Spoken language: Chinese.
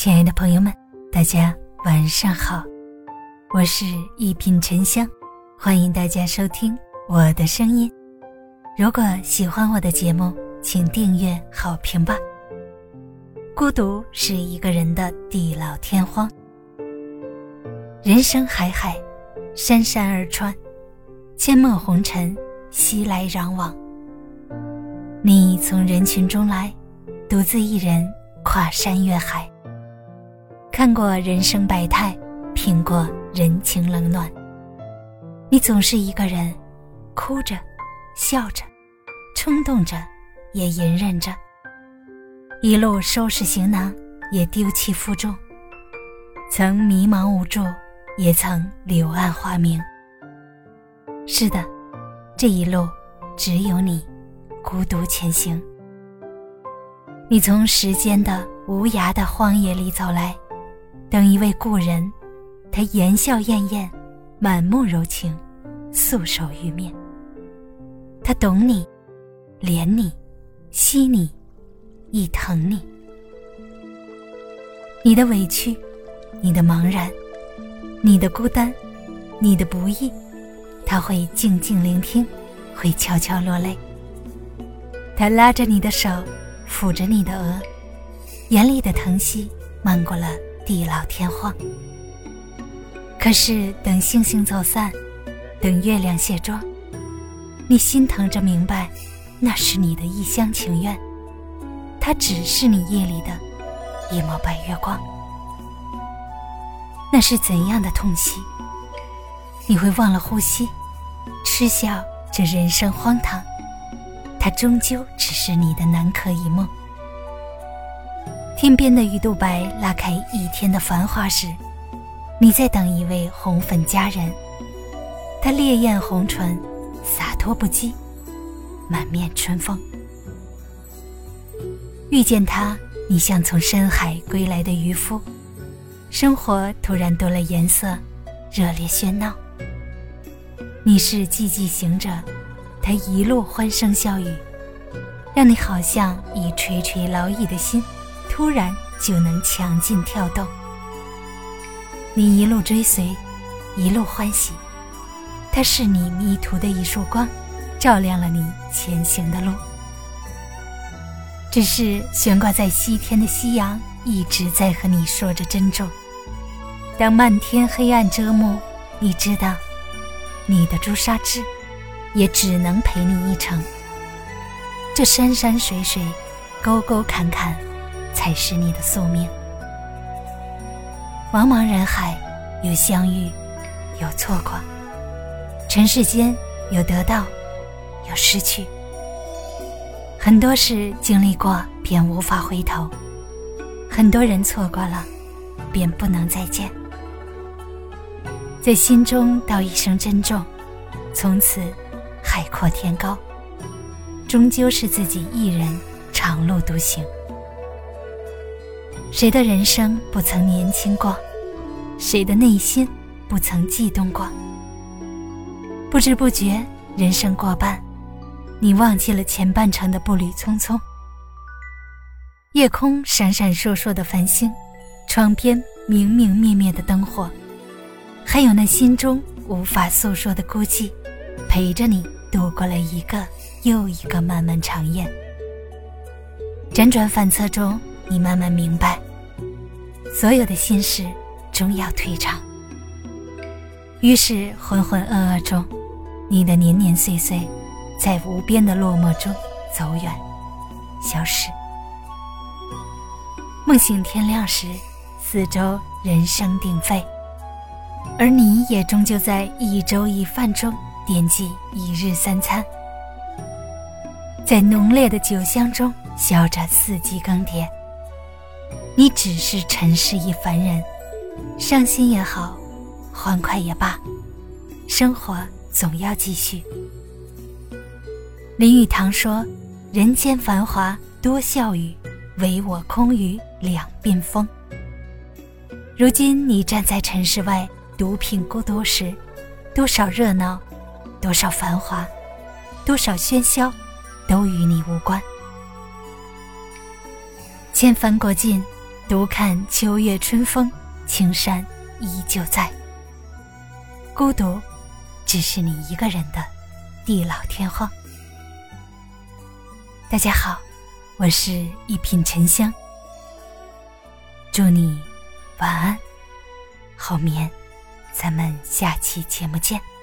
亲爱的朋友们，大家晚上好，我是一品沉香，欢迎大家收听我的声音。如果喜欢我的节目，请订阅好评吧。孤独是一个人的地老天荒，人生海海，山山而川，阡陌红尘，熙来攘往。你从人群中来，独自一人跨山越海，看过人生百态，品过人情冷暖。你总是一个人，哭着笑着，冲动着也隐忍着，一路收拾行囊，也丢弃负重，曾迷茫无助，也曾柳暗花明。是的，这一路只有你孤独前行。你从时间的无涯的荒野里走来，等一位故人，他言笑晏晏，满目柔情，素手玉面。他懂你，怜你，惜你，亦疼你。你的委屈，你的茫然，你的孤单，你的不易，他会静静聆听，会悄悄落泪。他拉着你的手，抚着你的额，眼里的疼惜漫过了地老天荒。可是等星星走散，等月亮卸妆，你心疼着明白，那是你的一厢情愿，它只是你夜里的一抹白月光。那是怎样的痛惜，你会忘了呼吸，嗤笑这人生荒唐，它终究只是你的南柯一梦。天边的鱼肚白拉开一天的繁华时，你在等一位红粉佳人，她烈焰红唇，洒脱不羁，满面春风。遇见她，你像从深海归来的渔夫，生活突然多了颜色，热烈喧闹。你是寂寂行者，他一路欢声笑语，让你好像已垂垂老矣的心突然就能强劲跳动。你一路追随，一路欢喜，它是你迷途的一束光，照亮了你前行的路。只是悬挂在西天的夕阳一直在和你说着珍重。当漫天黑暗遮目，你知道你的朱砂痣也只能陪你一程。这山山水水，沟沟坎坎，才是你的宿命。茫茫人海，有相遇，有错过，尘世间有得到，有失去。很多事经历过便无法回头，很多人错过了便不能再见。在心中道一声珍重，从此海阔天高，终究是自己一人长路独行。谁的人生不曾年轻过，谁的内心不曾悸动过。不知不觉人生过半，你忘记了前半程的步履匆匆。夜空闪闪烁烁的繁星，窗边明明灭灭的灯火，还有那心中无法诉说的孤寂，陪着你度过了一个又一个漫漫长夜。辗转反侧中，你慢慢明白，所有的心事终要退场。于是浑浑噩噩中，你的年年岁岁在无边的落寞中走远消失。梦醒天亮时，四周人声鼎沸，而你也终究在一粥一饭中惦记一日三餐，在浓烈的酒香中笑着四季更迭。你只是尘世一凡人，伤心也好，欢快也罢，生活总要继续。林语堂说，人间繁华多笑语，唯我空余两鬓风。如今你站在尘世外，独品孤独时，多少热闹，多少繁华，多少喧嚣，都与你无关。千帆过尽， 独看秋月春风，青山依旧在。孤独只是你一个人的地老天荒。大家好，我是一品沉香，祝你晚安，好眠，咱们下期节目见。